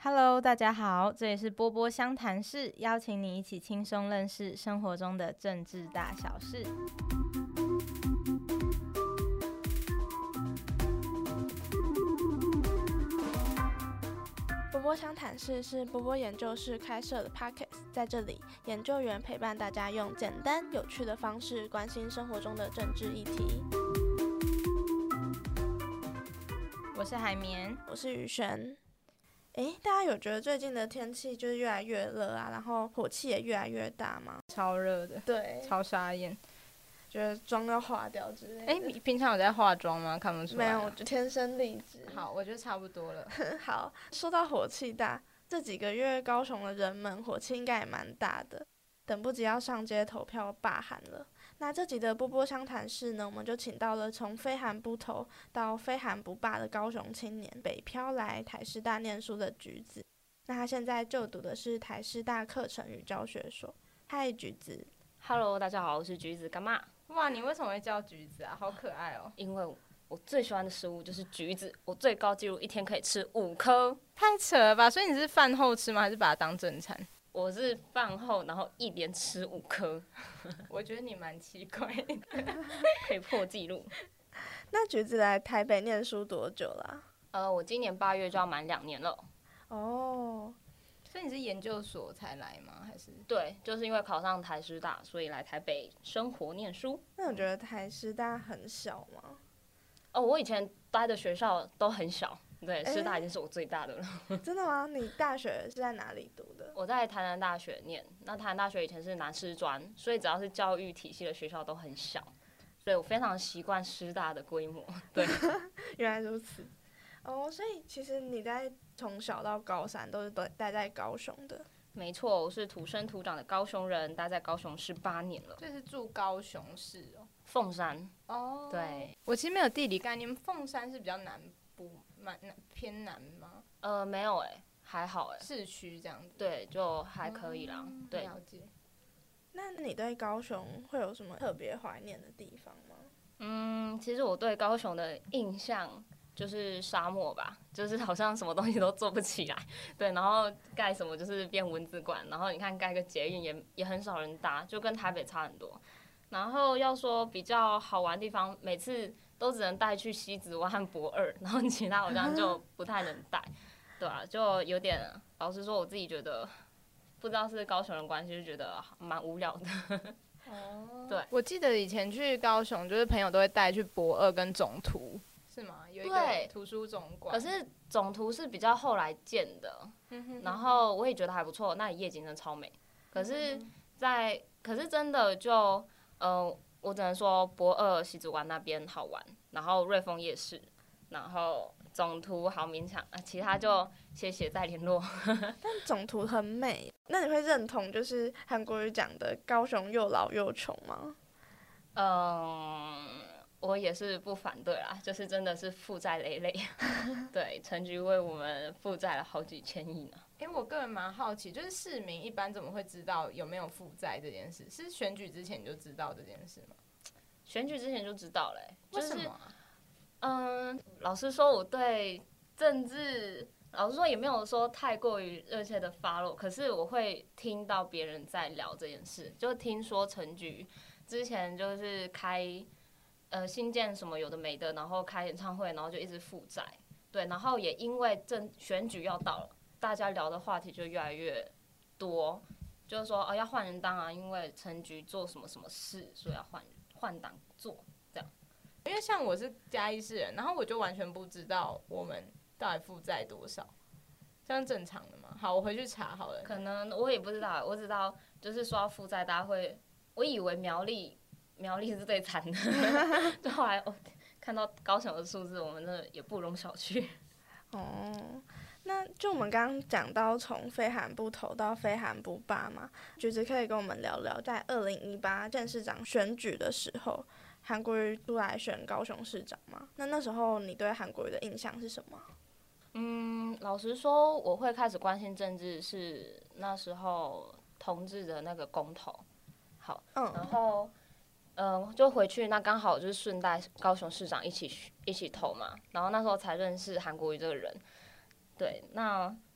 Hello，大家好，这里是波波相谈室，邀请你一起轻松认识生活中的政治大小事。 波波相谈室是波波研究室开设的 Podcast， 在这里，研究员陪伴大家用简单有趣的方式关心生活中的政治议题。 我是海绵， 我是雨璇。大家有觉得最近的天气就是越来越热啊，然后火气也越来越大吗？ 超热的， 对， 超傻眼， 觉得妆要化掉之类的。 你平常有在化妆吗？看不出来。 没有，我就天生丽质。 好，我觉得差不多了。 好，说到火气大，这几个月高雄的人们火气应该也蛮大的，等不及要上街投票罢韩了。那这集的波波相谈室呢，我们就请到了从非韩不投到非韩不罢的高雄青年，北漂来台师大念书的橘子。那他现在就读的是台师大课程与教学所。嗨，橘子。 Hello， 大家好，我是橘子干妈。 哇，你为什么会叫橘子啊？好可爱哦！ 因为我最喜欢的食物就是橘子，我最高纪录一天可以吃5颗。 太扯了吧！所以你是饭后吃吗？还是把它当正餐？ 我是饭后，然后一连吃5颗。 我觉得你蛮奇怪的， 可以破纪录。 那橘子来台北念书多久啦？ 我今年8月就要满2年了。 哦， 所以你是研究所才来吗？还是？ 对，就是因为考上台师大，所以来台北生活念书。 那我觉得台师大很小吗？ 我以前待的学校都很小。对，师大已经是我最大的了。 真的吗？你大学是在哪里读的？ 我在台南大学念，那台南大学以前是南师专，所以只要是教育体系的学校都很小，所以我非常习惯师大的规模。对， 原来如此。所以其实你在从小到高3都是待在高雄的。 没错，我是土生土长的高雄人，待在高雄18年了。 这是住高雄市哦。 凤山。 哦。 对。 我其实没有地理概念，凤山是比较南部。偏南吗？ 没有还好市区这样子。 对，就还可以啦。对。 了解。 那你对高雄会有什么特别怀念的地方吗？其实我对高雄的印象就是沙漠吧，就是好像什么东西都做不起来。对，然后盖什么就是变蚊子馆，然后你看盖个捷运也很少人搭，就跟台北差很多。然后要说比较好玩的地方，每次都只能带去西子湾和博二，然后其他好像就不太能带，对啊，就有点，老实说我自己觉得，不知道是高雄人关系，就觉得蛮无聊的。对， 我记得以前去高雄，就是朋友都会带去博二跟总图，是吗？有一个图书总馆。 可是总图是比较后来建的，然后我也觉得还不错，那里夜景真的超美。可是真的就我只能说博二西子湾那边好玩，然后瑞丰夜市，然后总图好勉强啊，其他就谢谢再联络。 但总图很美，那你会认同就是韩国瑜讲的高雄又老又穷吗？ 我也是不反对啦，就是真的是负债累累。对，陈菊为我们负债了好几千亿呢。 我个人蛮好奇，就是市民一般怎么会知道有没有负债这件事？是选举之前你就知道这件事吗？ 选举之前就知道了为什么老实说，我对政治，老实说也没有说太过于热切的 follow， 可是我会听到别人在聊这件事，就听说陈菊之前就是开新建什么有的没的，然后开演唱会，然后就一直负债，对，然后也因为选举要到了。大家聊的话题就越来越多，就是说要换人当啊，因为陈菊做什么什么事，所以要换党做这样。 因为像我是嘉义市人，然后我就完全不知道我们到底负债多少，这样正常的吗？好，我回去查好了。 可能我也不知道，我知道就是说到负债，大家会，我以为苗栗是最惨的，就后来看到高雄的数字，我们真的也不容小觑。 那就我们刚刚讲到从非韩不投到非韩不罢嘛，橘子可以跟我们聊聊，在2018县市长选举的时候，韩国瑜出来选高雄市长吗？那时候你对韩国瑜的印象是什么？ 老实说，我会开始关心政治是那时候同志的那个公投，好，然后就回去，那刚好就是顺带高雄市长一起投嘛，然后那时候才认识韩国瑜这个人。对，那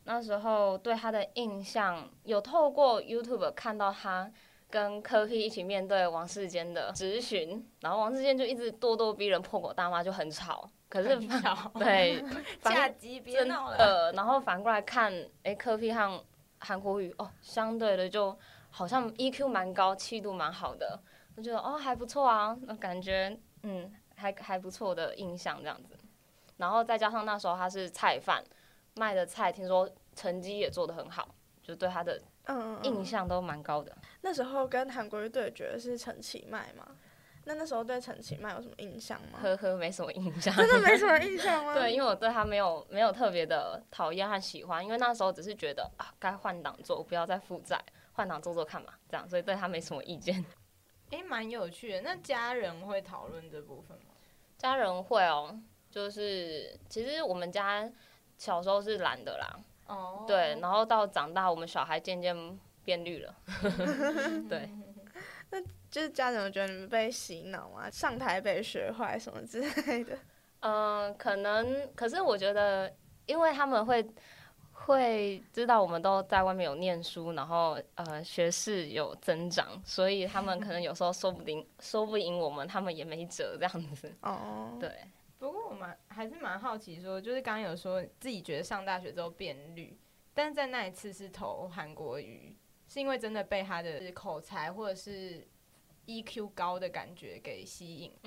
那时候对他的印象有透过 YouTube 看到他跟柯 P 一起面对王世坚的质询，然后王世坚就一直咄咄逼人、破口大骂，就很吵。可是很吵对， 下集别闹真了。 的，然后反过来看，柯 P 和韩国瑜相对的就好像 EQ 蛮高，气度蛮好的，我觉得还不错啊，感觉还不错的印象这样子。然后再加上那时候他是菜贩，卖的菜听说成绩也做得很好，就对他的印象都蛮高的。 那时候跟韩国瑜对决的是陈其迈嘛？那时候对陈其迈有什么印象吗？ 呵呵，没什么印象。 真的没什么印象吗？ 对，因为我对他没有特别的讨厌和喜欢，因为那时候只是觉得该换党做，不要再负债，换党做做看嘛，这样，所以对他没什么意见。 蛮有趣的。那家人会讨论这部分吗？ 家人会就是其实我们家小时候是蓝的啦，对，然后到长大，我们小孩渐渐变绿了，对。 那就是家人有觉得你们被洗脑吗？上台北学坏什么之类的？ 可是我觉得，因为他们会知道我们都在外面有念书，然后学识有增长，所以他们可能有时候说不赢我们，他们也没辙这样子。对。 不过我还是蛮好奇说，就是刚刚有说自己觉得上大学之后变绿，但是在那一次是投韩国瑜，是因为真的被他的口才或者是 EQ 高的感觉给吸引？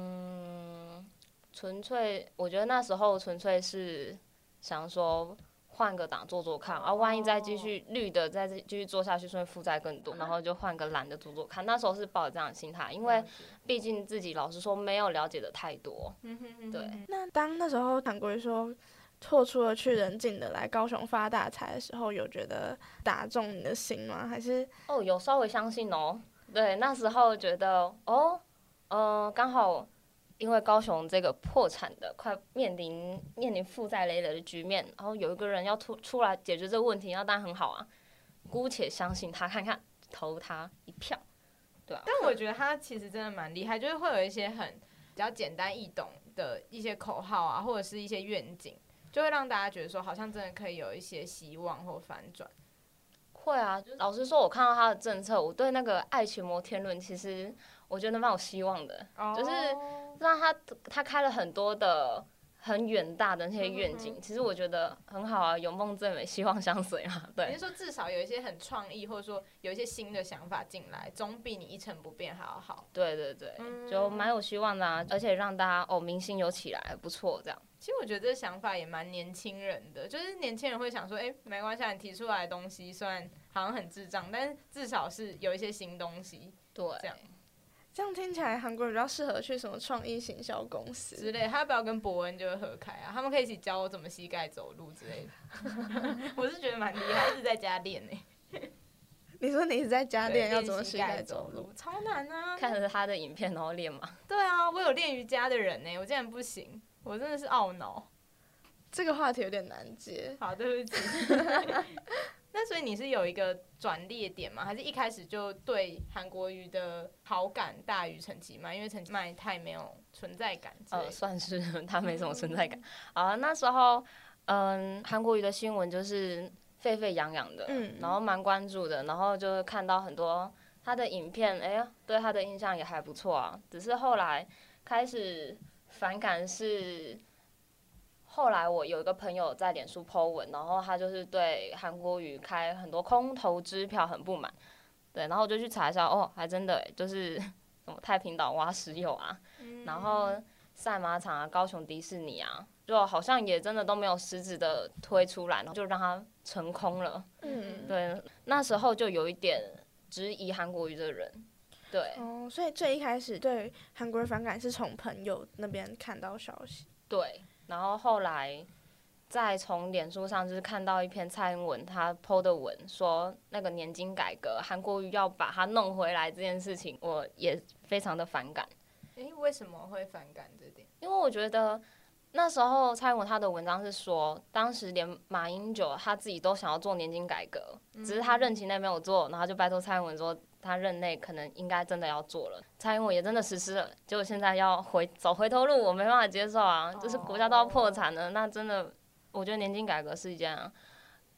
纯粹我觉得那时候纯粹是想说换个党做做看，万一再继续绿的再继续做下去，所以负债更多，然后就换个蓝的做做看。那时候是抱着这样的心态，因为毕竟自己老实说没有了解的太多。对。 那当那时候韩国瑜说豁出了去人进的来高雄发大财的时候，有觉得打中你的心吗？还是有稍微相信对，那时候觉得刚好。因为高雄这个破产的，快面临负债累累的局面，然后有一个人要出来解决这个问题，那当然很好啊。姑且相信他看看，投他一票，对啊。 但我觉得他其实真的蛮厉害，就是会有一些比较简单易懂的一些口号啊，或者是一些愿景，就会让大家觉得说好像真的可以有一些希望或反转。 会啊，老实说，我看到他的政策，我对那个爱情摩天轮其实我觉得蛮有希望的，就是让他开了很多的很远大的那些愿景，其实我觉得很好啊，有梦最美，希望相随嘛。对， 你是说至少有一些很创意，或者说有一些新的想法进来，总比你一成不变还要好。 对对对，就蛮有希望的啊，而且让大家明星有起来，不错这样。 其实我觉得这想法也蛮年轻人的，就是年轻人会想说，没关系，你提出来的东西虽然好像很智障，但是至少是有一些新东西。 对， 这样听起来韩国比较适合去什么创意行销公司之类，他要不要跟伯恩就会合开啊？他们可以一起教我怎么膝盖走路之类的。我是觉得蛮厉害，一直在家练你说你一直在家练要怎么膝盖走路？ 超难啊！ 看着他的影片然后练嘛。 对啊，我有练瑜伽的人我竟然不行，我真的是懊恼。 这个话题有点难接。 好，对不起。那所以你是有一个转捩点吗？还是一开始就对韩国瑜的好感大于陈其迈？因为陈其迈太没有存在感。 算是他没什么存在感。那时候韩国瑜的新闻就是沸沸扬扬的，然后蛮关注的，然后就看到很多他的影片，对他的印象也还不错啊。只是后来开始反感是。后来我有一个朋友在脸书 po 文，然后他就是对韩国瑜开很多空头支票很不满，对，然后我就去查一下，还真的就是什么太平岛挖石油啊，然后赛马场啊、高雄迪士尼啊，就好像也真的都没有实质的推出来，然后就让它成空了。对，那时候就有一点质疑韩国瑜这个人。对。 所以最一开始对韩国瑜反感是从朋友那边看到消息。 对。然后后来再从脸书上就是看到一篇蔡英文他 po 的文，说那个年金改革韩国瑜要把它弄回来这件事情，我也非常的反感。 为什么会反感这点？ 因为我觉得那时候蔡英文他的文章是说，当时连马英九他自己都想要做年金改革，只是他任期内没有做，然后就拜托蔡英文说他任内可能应该真的要做了，蔡英文也真的实施了，结果现在要走回头路，我没办法接受啊！就是国家都要破产了，那真的，我觉得年金改革是一件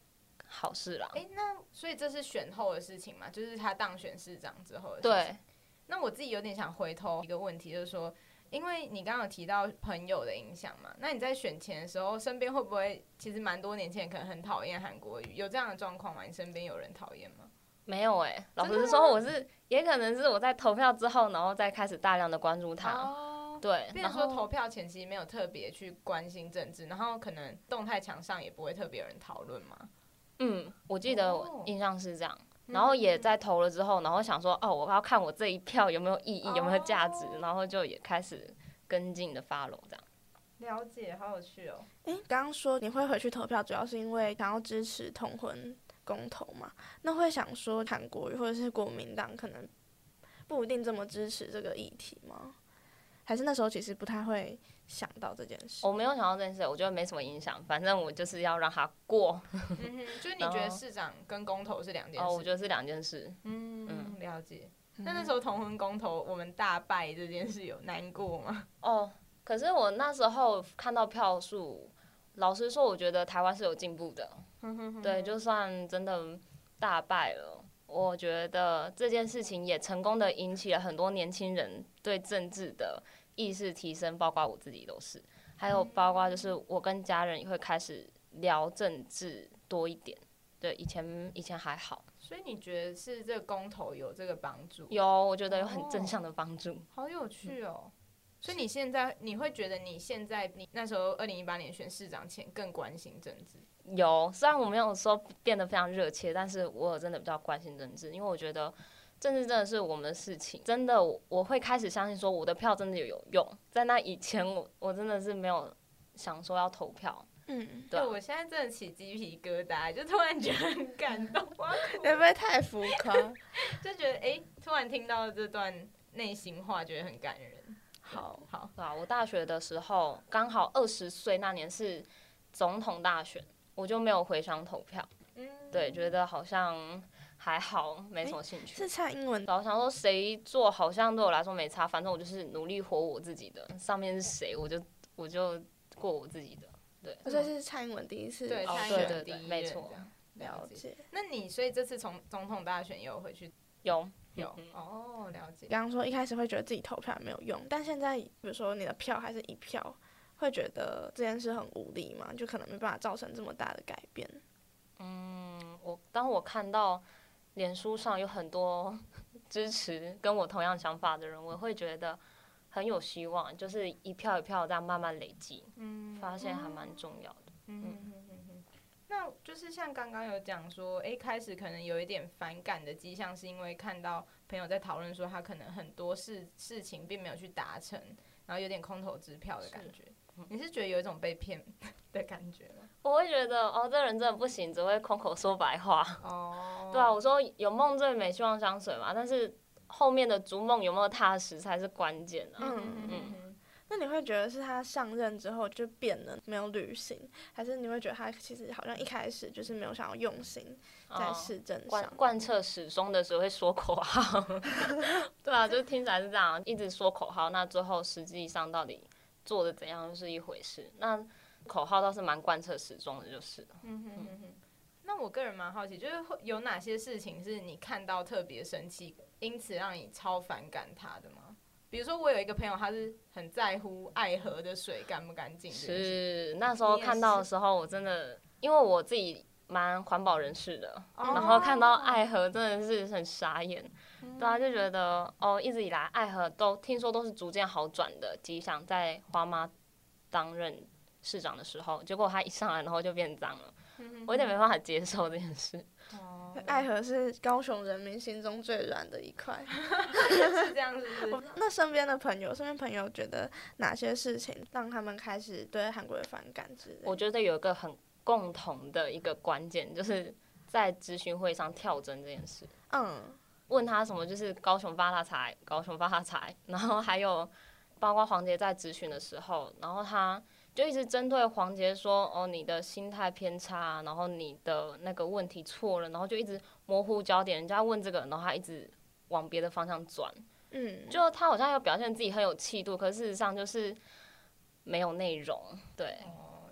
好事啦。 那所以这是选后的事情嘛？就是他当选市长之后的事情。 对。 那我自己有点想回头一个问题，就是说，因为你刚刚有提到朋友的影响嘛，那你在选前的时候，身边会不会其实蛮多年轻人可能很讨厌韩国瑜？有这样的状况吗？你身边有人讨厌吗？ 没有老实说，也可能是我在投票之后，然后再开始大量的关注他。对， 变成说投票前期没有特别去关心政治，然后可能动态墙上也不会特别有人讨论嘛。 我记得我印象是这样。然后也在投了之后，然后想说，我要看我这一票有没有意义，有没有价值，然后就也开始跟进的 follow 这样。 了解，好有趣哦。 刚刚说你会回去投票，主要是因为想要支持同婚公投嘛？那会想说韩国瑜或者是国民党可能不一定这么支持这个议题吗？还是那时候其实不太会想到这件事？ 我没有想到这件事，我觉得没什么影响，反正我就是要让它过。 就是你觉得市长跟公投是两件事？ 我觉得是两件事。 了解。那时候同婚公投我们大败这件事有难过吗？ 可是我那时候看到票数，老实说，我觉得台湾是有进步的。对，就算真的大败了，我觉得这件事情也成功的引起了很多年轻人对政治的意识提升，包括我自己都是，还有包括就是我跟家人也会开始聊政治多一点。对，以前还好。 所以你觉得是这个公投有这个帮助？ 有，我觉得有很正向的帮助。 好有趣哦。所以你会觉得你那时候2018年选市长前更关心政治？ 有，虽然我没有说变得非常热切，但是我有真的比较关心政治，因为我觉得政治真的是我们的事情，真的我会开始相信说我的票真的有用。在那以前我真的是没有想说要投票。 对，我现在真的起鸡皮疙瘩，就突然觉得很感动。 会不会太浮夸？ 就觉得突然听到这段内心话，觉得很感人。好， 对啊，我大学的时候刚好20岁，那年是总统大选，我就没有回乡投票。对，觉得好像还好，没什么兴趣。 是蔡英文。 我想说谁做好像对我来说没差，反正我就是努力活我自己的，上面是谁我就过我自己的。对， 所以是蔡英文第一次。 对，蔡英文第一任， 没错。 了解。 那你所以这次从总统大选也有回去？ 有。 了解。 刚刚说一开始会觉得自己投票没有用，但现在比如说你的票还是一票，会觉得这件事很无力吗？就可能没办法造成这么大的改变。 当我看到脸书上有很多支持跟我同样想法的人，我会觉得很有希望，就是一票一票这样慢慢累积，发现还蛮重要的。 那就是像刚刚有讲说，开始可能有一点反感的迹象，是因为看到朋友在讨论说他可能很多事情并没有去达成，然后有点空头支票的感觉。你是觉得有一种被骗的感觉吗？ 我会觉得这人真的不行，只会空口说白话。对啊，我说有梦最美，希望相随嘛，但是后面的逐梦有没有踏实才是关键啊。 那你会觉得是他上任之后就变了，没有履行，还是你会觉得他其实好像一开始就是没有想要用心在市政上？ 贯彻始终的时候会说口号。对啊，就听起来是这样，一直说口号，那最后实际上到底做的怎样是一回事。那口号倒是蛮贯彻始终的，就是了。 那我个人蛮好奇，就是有哪些事情是你看到特别生气，因此让你超反感他的吗？比如说，我有一个朋友，他是很在乎爱河的水干不干净。 是那时候看到的时候，我真的，因为我自己蛮环保人士的，然后看到爱河真的是很傻眼。对啊，就觉得一直以来爱河都听说都是逐渐好转的迹象，在花妈担任市长的时候，结果他一上来然后就变脏了，我有点没办法接受这件事。 爱河是高雄人民心中最软的一块。 是这样，是不是？ 那身边朋友觉得哪些事情让他们开始对韩国有反感之类的？ 我觉得有一个很共同的一个关键，就是在咨询会上跳针这件事。问他什么就是高雄发大财，高雄发大财，然后还有包括黄捷在咨询的时候，然后他就一直针对黄捷说你的心态偏差，然后你的那个问题错了，然后就一直模糊焦点，人家问这个，然后他一直往别的方向转。就他好像要表现自己很有气度，可是事实上就是没有内容。对，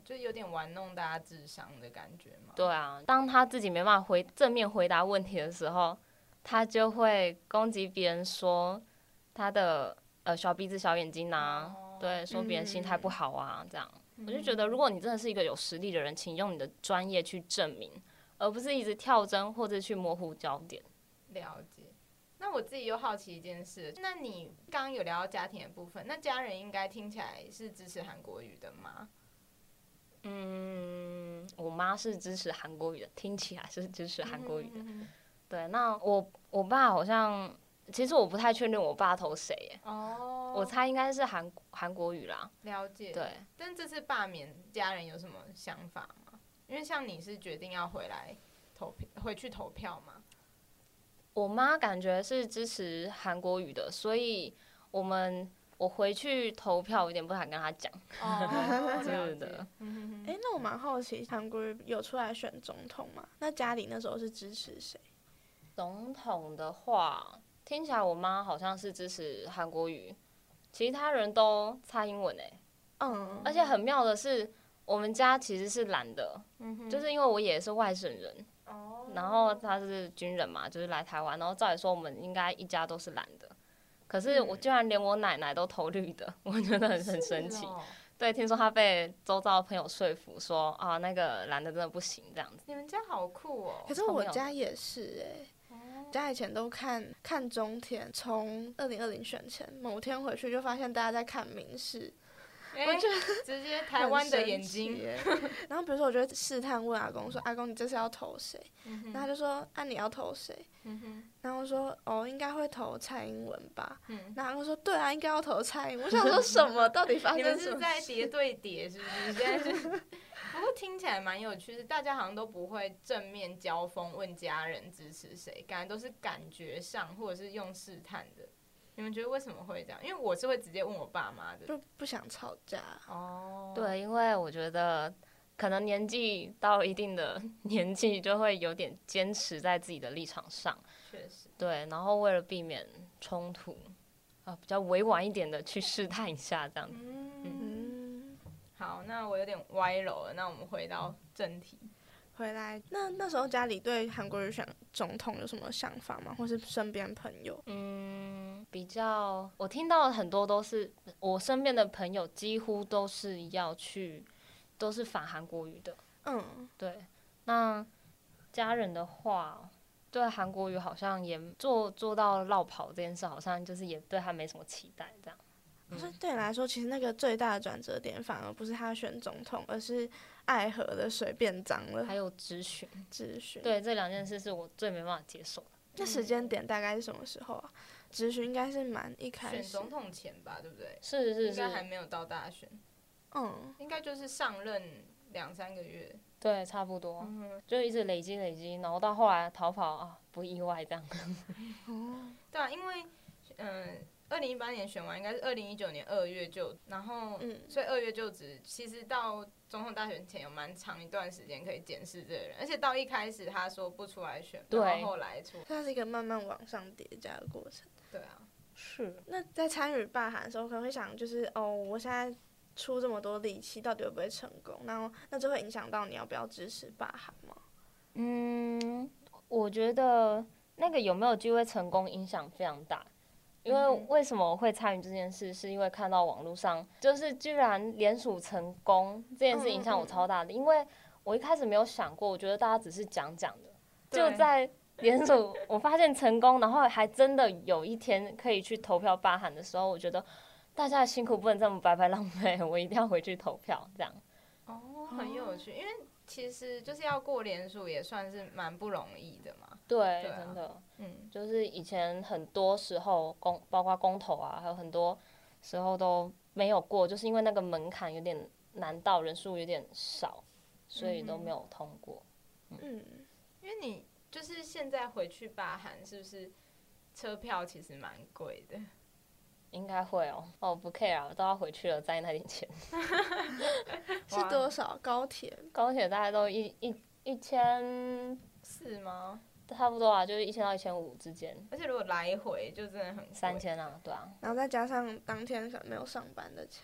就有点玩弄大家智商的感觉嘛。 对啊，当他自己没办法正面回答问题的时候，他就会攻击别人说他的小鼻子小眼睛啊，对，说别人心态不好啊，这样。我就觉得，如果你真的是一个有实力的人，请用你的专业去证明，而不是一直跳针或者去模糊焦点。 了解。那我自己又好奇一件事，那你刚刚有聊到家庭的部分，那家人应该听起来是支持韩国语的吗？ 我妈是支持韩国语的，听起来是支持韩国语的。对，那我爸好像，其实我不太确定我爸投谁耶。我猜应该是韩国语啦。 了解。 对。 但这次罢免，家人有什么想法吗？因为像你是决定要回去投票嘛。 我妈感觉是支持韩国语的，所以我回去投票有点不敢跟她讲。 了解。 那我蛮好奇，韩国瑜有出来选总统吗？那家里那时候是支持谁？ 总统的话，听起来我妈好像是支持韩国瑜，其他人都蔡英文而且很妙的是，我们家其实是蓝的，就是因为我爷是外省人。然后他是军人嘛，就是来台湾，然后照理说我们应该一家都是蓝的，可是我居然连我奶奶都投绿的，我觉得很神奇。对，听说他被周遭的朋友说服说啊，那个蓝的真的不行这样子。 你们家好酷哦！ 可是我家也是家以前都看中天，从2020选前某天回去就发现大家在看民视。我觉得直接台湾的眼睛。 然后比如说，我就会试探问阿公说：“阿公，你这次要投谁？”然后他就说：“啊，你要投谁？”然后我说：“哦，应该会投蔡英文吧。”然后阿公说：“对啊，应该要投蔡英文。”我想说什么？到底发生什么？ 你们是在叠对叠，是不是？现在是。不过听起来蛮有趣的，大家好像都不会正面交锋，问家人支持谁，感觉都是感觉上或者是用试探的。你们觉得为什么会这样？因为我是会直接问我爸妈的， 就不想吵架。 对，因为我觉得可能年纪到一定的年纪，就会有点坚持在自己的立场上。 确实。 对，然后为了避免冲突，比较委婉一点的去试探一下这样子。 好，那我有点歪楼了，那我们回到正题。 回来，那时候家里对韩国瑜选总统有什么想法吗？或是身边朋友？ 比较我听到的很多都是我身边的朋友几乎都是反韩国瑜的。对。那家人的话，对韩国瑜好像也做到落跑这件事，好像就是也对他没什么期待这样。 所以对你来说，其实那个最大的转折点反而不是他选总统，而是爱河的水变脏了， 还有质询。 对， 这两件事是我最没办法接受的。 那时间点大概是什么时候啊？质询应该是蛮一开始选总统前吧，对不对？ 是， 应该还没有到大选。应该就是上任2-3个月。 对，差不多。就一直累积，然后到后来逃跑不意外这样。 对啊，因为2018年选完，应该是2019年2月就，然后所以2月就职，其实到总统大选前有蛮长一段时间可以检视这个人，而且到一开始他说不出来选，然后后来出， 它是一个慢慢往上叠加的过程。 对啊， 是。 那在参与罢韩的时候，可能会想就是我现在出这么多力气，到底会不会成功？然后那就会影响到你要不要支持罢韩吗？ 我觉得那个有没有机会成功影响非常大。因为为什么会参与这件事，是因为看到网络上就是居然联署成功这件事影响我超大的，因为我一开始没有想过，我觉得大家只是讲的，就在联署我发现成功，然后还真的有一天可以去投票罢韩的时候，我觉得大家的辛苦不能这么白白浪费，我一定要回去投票这样。 很有趣，因为其实就是要过联署也算是蛮不容易的嘛。 对，真的，就是以前很多时候包括公投啊，还有很多时候都没有过，就是因为那个门槛有点难到，人数有点少，所以都没有通过。 因为你就是现在回去罢韩，是不是车票其实蛮贵的？ 应该会不 care 啊，都要回去了，再那点钱。 是多少？高铁大概都1400 吗？ 差不多啊，就是1000到1500之间。 而且如果来回就真的很贵 3000啊，对啊。 然后再加上当天可能没有上班的钱。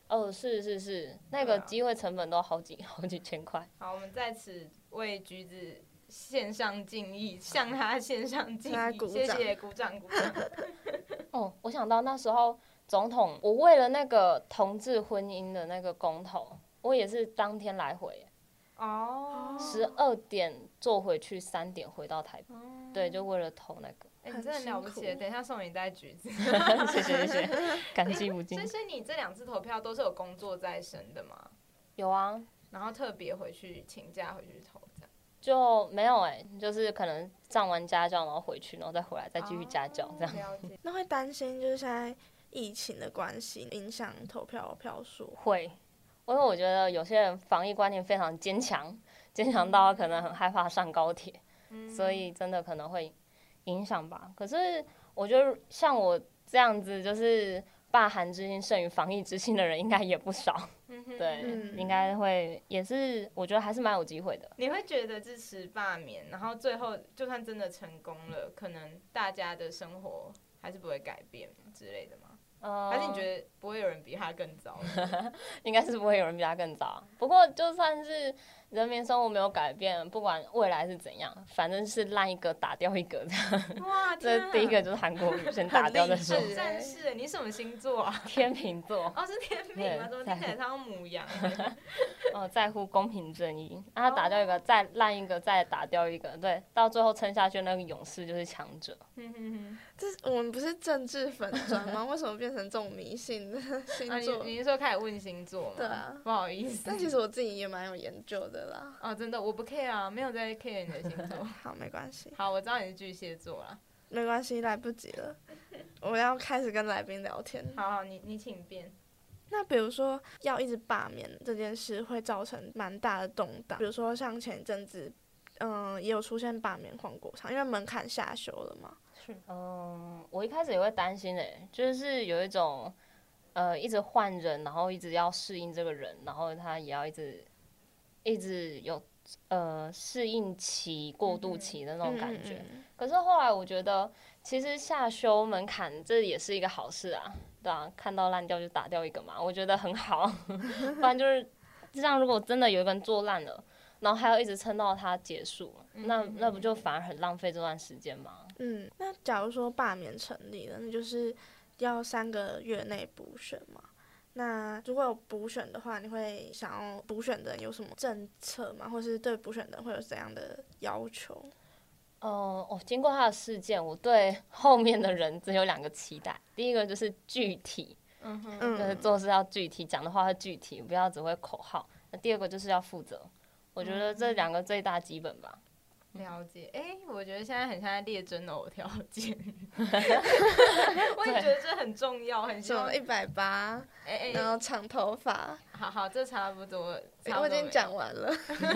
哦，是，那个机会成本都好几千块。 好，我们在此为橘子献上敬意，向他献上敬意，谢谢，鼓掌。 哦，我想到那时候总统，我为了那个同志婚姻的那个公投，我也是当天来回。12点坐回去，3点回到台北，对，就为了投那个。 你真的了不起，等一下送你一袋橘子。 谢谢，感激不尽。 所以你这2次投票都是有工作在身的吗？ 有啊， 然后特别回去请假回去投这样？ 就没有就是可能上完家教然后回去，然后再回来再继续家教这样。 那会担心就是现在疫情的关系影响投票票数？ 会。因为我觉得有些人防疫观念非常坚强到可能很害怕上高铁，所以真的可能会影响吧。可是我觉得像我这样子，就是罢韩之心胜于防疫之心的人，应该也不少。对，应该会也是，我觉得还是蛮有机会的。 你会觉得支持罢免，然后最后就算真的成功了，可能大家的生活还是不会改变之类的吗？还是你觉得不会有人比他更糟？ 应该是不会有人比他更糟。不过就算是人民生活没有改变，不管未来是怎样，反正是烂一个打掉一个这样。 哇， 这第一个就是韩国瑜先打掉的时候。 战士，你什么星座啊？ 天秤座。 哦，是天秤吗？怎么听起来像牡羊？ 在乎公平正义。他打掉一个，再烂一个，再打掉一个，对，到最后撑下去那个勇士就是强者。 这我们不是政治粉专吗？为什么变成这种迷信的星座？ 你是说开始问星座吗？ 对啊， 不好意思。 但其实我自己也蛮有研究的啦。 哦，真的，我不 care 啊，没有在 care 你的星座。 好，没关系。 好，我知道你是巨蟹座啦。 没关系，来不及了，我要开始跟来宾聊天。 好，你请便。 那比如说要一直罢免这件事，会造成蛮大的动荡。比如说像前一阵子，也有出现罢免黄国昌，因为门槛下修了嘛。 是，我一开始也会担心就是有一种，一直换人，然后一直要适应这个人，然后他也要一直有适应期、过渡期的那种感觉。可是后来我觉得，其实下修门槛这也是一个好事啊，对啊，看到烂掉就打掉一个嘛，我觉得很好。不然就是这样，如果真的有一个人做烂了，然后还要一直撑到它结束，那不就反而很浪费这段时间吗？ 那假如说罢免成立了，那就是要3个月内补选嘛。那如果有补选的话，你会想要补选的人有什么政策吗？或是对补选的人会有怎样的要求？ 经过他的事件，我对后面的人只有2个期待。第一个就是具体，就是做事要具体，讲的话要具体，不要只会口号。那第二个就是要负责，我觉得这2个最大基本吧。 了解，我觉得现在很像在列征偶条件，我也觉得这很重要，很希望 180，然后长头发。 好，这差不多。 我已经讲完了。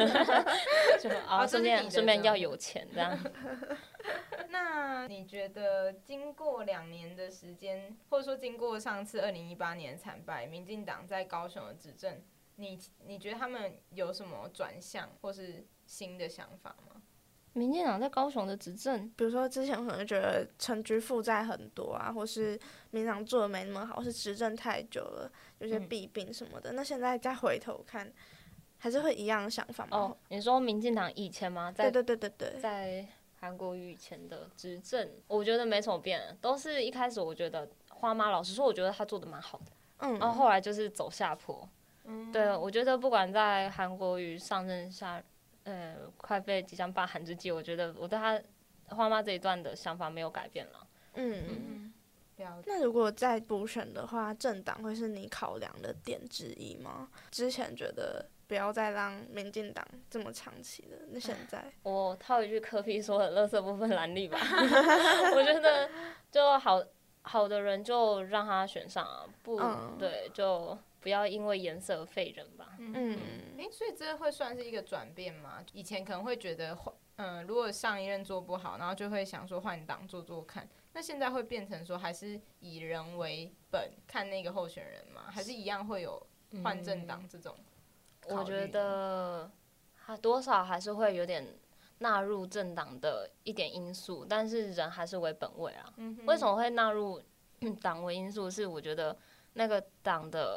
顺便要有钱这样。 那你觉得经过2年的时间，或者说经过上次2018年惨败，民进党在高雄的执政，你觉得他们有什么转向或是新的想法吗？ 民进党在高雄的执政， 比如说之前可能觉得陈局负债很多啊，或是民进党做的没那么好，或是执政太久了，有些弊病什么的。那现在再回头看，还是会一样的想法吗？ 你说民进党以前吗？ 对， 在韩国瑜以前的执政，我觉得没什么变，都是一开始我觉得花妈，老实说，我觉得她做的蛮好的，然后后来就是走下坡。对，我觉得不管在韩国瑜上任下。快被即将罢韩之际，我觉得我对他花妈这一段的想法没有改变了。 那如果再补选的话，政党会是你考量的点之一吗？之前觉得不要再让民进党这么长期的，那现在我套一句柯 P 说的"垃圾不分蓝绿"吧，我觉得就好的人就让他选上啊，对就。不要因为颜色废人吧。 所以这会算是一个转变吗？以前可能会觉得，如果上一任做不好，然后就会想说换党做做看。那现在会变成说，还是以人为本，看那个候选人吗？还是一样会有换政党这种考虑？ 我觉得他多少还是会有点纳入政党的一点因素，但是人还是为本位啊。为什么会纳入党为因素？是我觉得那个党的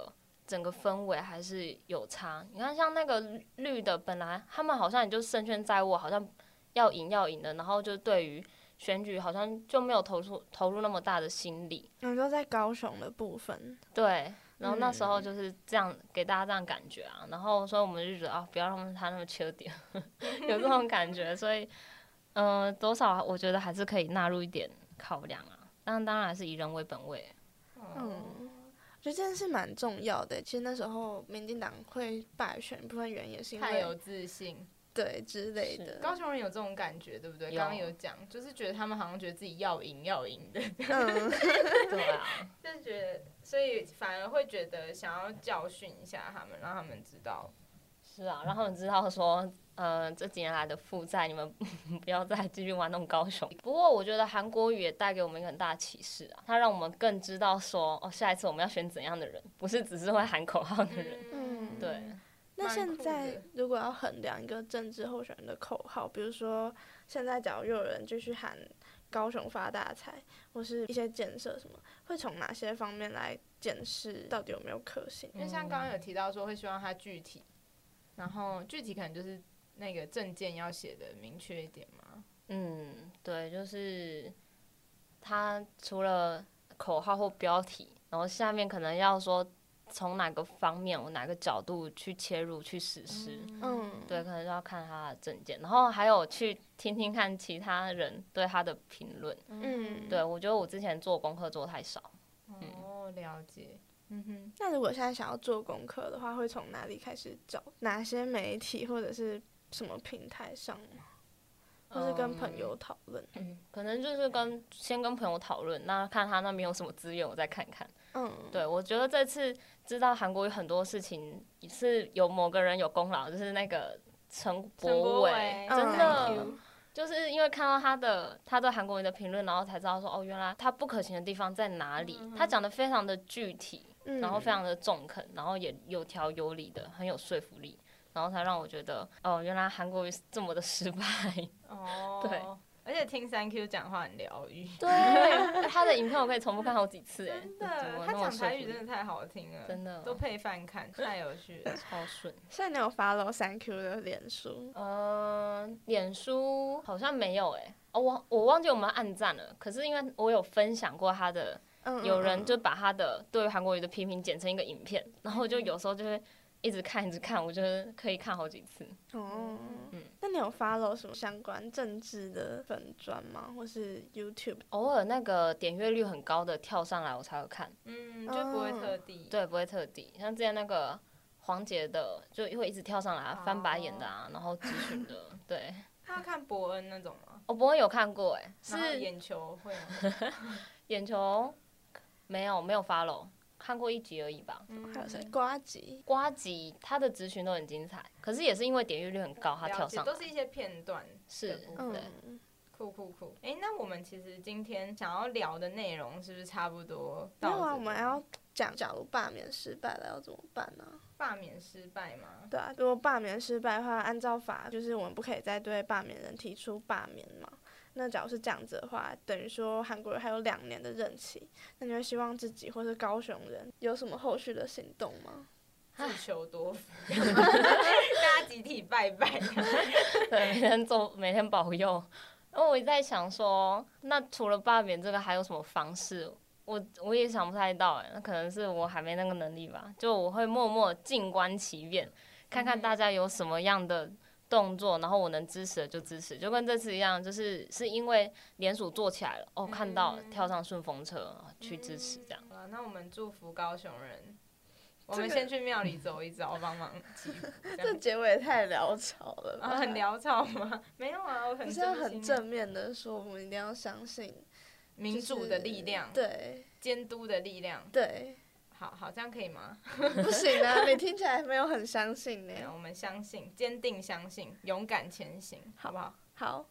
整个氛围还是有差。你看，像那个绿的，本来他们好像也就胜券在握，好像要赢的，然后就对于选举好像就没有投入那么大的心力。 你说在高雄的部分， 对，然后那时候就是这样给大家这样感觉啊，然后所以我们就觉得不要让他那么缺点，有这种感觉，所以多少我觉得还是可以纳入一点考量啊，但当然还是以人为本位。 我觉得这件事蛮重要的。其实那时候民进党会败选一部分原因也是因为太有自信， 对之类的。 高雄人有这种感觉，对不对？刚刚有讲，就是觉得他们好像觉得自己要赢的， 对啊， 就是觉得，所以反而会觉得想要教训一下他们，让他们知道。 是啊，让他们知道说，这几年来的负债，你们不要再继续玩弄高雄。不过我觉得韩国瑜也带给我们一个很大的启示啊，他让我们更知道说，下一次我们要选怎样的人，不是只是会喊口号的人。对。 那现在如果要衡量一个政治候选人的口号，比如说现在假如又有人继续喊高雄发大财，或是一些建设什么，会从哪些方面来检视到底有没有可行？ 因为像刚刚有提到说会希望他具体，然后具体可能就是那个政见要写的明确一点嘛。 对，就是他除了口号或标题，然后下面可能要说从哪个方面、哪个角度去切入、去实施。对，可能就要看他的政见，然后还有去听听看其他人对他的评论。对，我觉得我之前做功课做太少。 了解。 那如果现在想要做功课的话，会从哪里开始找？哪些媒体或者是什么平台上吗？或是跟朋友讨论？ 可能就是先跟朋友讨论，那看他那边有什么资源，我再看看。对，我觉得这次知道韩国有很多事情是有某个人有功劳，就是那个陈柏惟，真的。就是因为看到他对韩国瑜的评论，然后才知道说原来他不可行的地方在哪里。他讲的非常的具体，然后非常的中肯，然后也有条有理的，很有说服力，然后才让我觉得原来韩国瑜是这么的失败。对。 而且听3Q 讲话很疗愈。 对，他的影片我可以重复看好几次。 真的，他讲台语真的太好听了， 真的都配饭看，太有趣了， 超顺。 所以你有 follow 3Q 的脸书？ 脸书好像没有我忘记我们按赞了。可是因为我有分享过他的，有人就把他的对韩国瑜的批评剪成一个影片，然后就有时候就会一直看，我觉得可以看好几次。 那你有 follow 什么相关政治的粉专吗？或是 YouTube？ 偶尔那个点阅率很高的跳上来我才会看。 就不会特地。 对，不会特地。像之前那个黄杰的，就会一直跳上来翻白眼的然后咨询的，对。 他要看伯恩那种吗？ 伯恩有看过是眼球会吗？ 眼球没有 follow。看过1集而已吧。 还有谁？瓜吉他的咨询都很精彩，可是也是因为点阅率很高，他跳上来。 都是一些片段。是， 对。 酷。那我们其实今天想要聊的内容是不是差不多到这？没有啊，我们要讲，假如罢免失败了要怎么办呢？ 罢免失败吗？ 对啊，如果罢免失败的话，按照法就是我们不可以再对罢免人提出罢免嘛。那假如是这样子的话，等于说韩国人还有2年的任期，那你会希望自己或是高雄人有什么后续的行动吗？ 自求多福，大家集体拜拜。 对，每天保佑。然后我在想说，那除了罢免这个，还有什么方式？我也想不太到那可能是我还没那个能力吧。就我会默默静观其变，看看大家有什么样的动作，然后我能支持的就支持，就跟这次一样，是因为联署做起来了，看到跳上顺风车去支持这样。 那我们祝福高雄人，我们先去庙里走一遭，帮忙祈福。 这结尾也太潦草了吧？ 很潦草吗？没有啊，我很不是要很正面的说，我们一定要相信民主的力量， 对， 监督的力量， 对。 好，这样可以吗？ 不行啊，你听起来没有很相信呢。 我们相信，坚定相信，勇敢前行，好不好？ 好。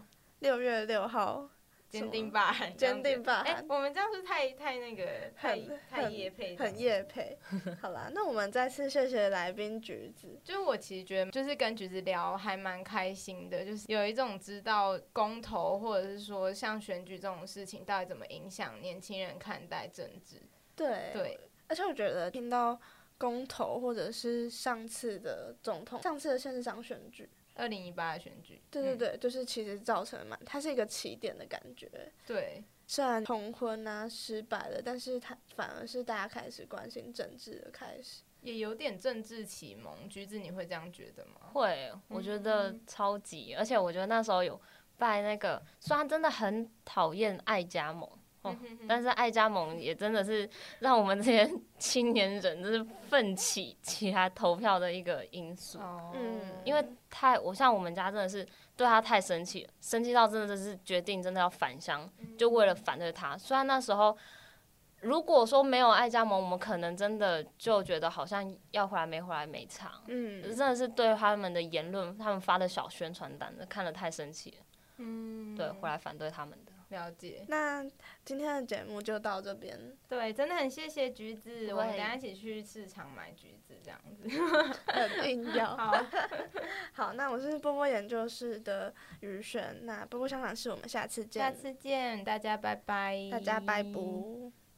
6 月6号， 坚定罢韩， 坚定罢韩。 我们这样是太那个，太业配， 很业配。好啦，那我们再次谢谢来宾橘子。 就是我其实觉得，就是跟橘子聊还蛮开心的，就是有一种知道公投或者是说像选举这种事情到底怎么影响年轻人看待政治。 对。而且我觉得听到公投或者是上次的县市长选举 2018的选举， 对对对，就是其实造成它是一个起点的感觉。 对， 虽然同婚啊失败了，但是它反而是大家开始关心政治的开始， 也有点政治启蒙。橘子，你会这样觉得吗？ 会，我觉得超级，而且我觉得那时候有拜那个，虽然真的很讨厌爱加盟。但是爱加盟也真的是让我们这些青年人就是奋起起来投票的一个因素。因为像我们家真的是对他太生气了，生气到真的是决定真的要返乡，就为了反对他。虽然那时候如果说没有爱加盟，我们可能真的就觉得好像要回来没回来没差。真的是对他们的言论，他们发的小宣传单看得太生气了。对，回来反对他们的。 了解。 那今天的节目就到这边。 对，真的很谢谢橘子，我们等一下一起去市场买橘子，这样子。 很硬要。 好， 那我是波波研究室的于璇，那波波香港是我们下次见。 下次见，大家拜拜。 大家拜拜。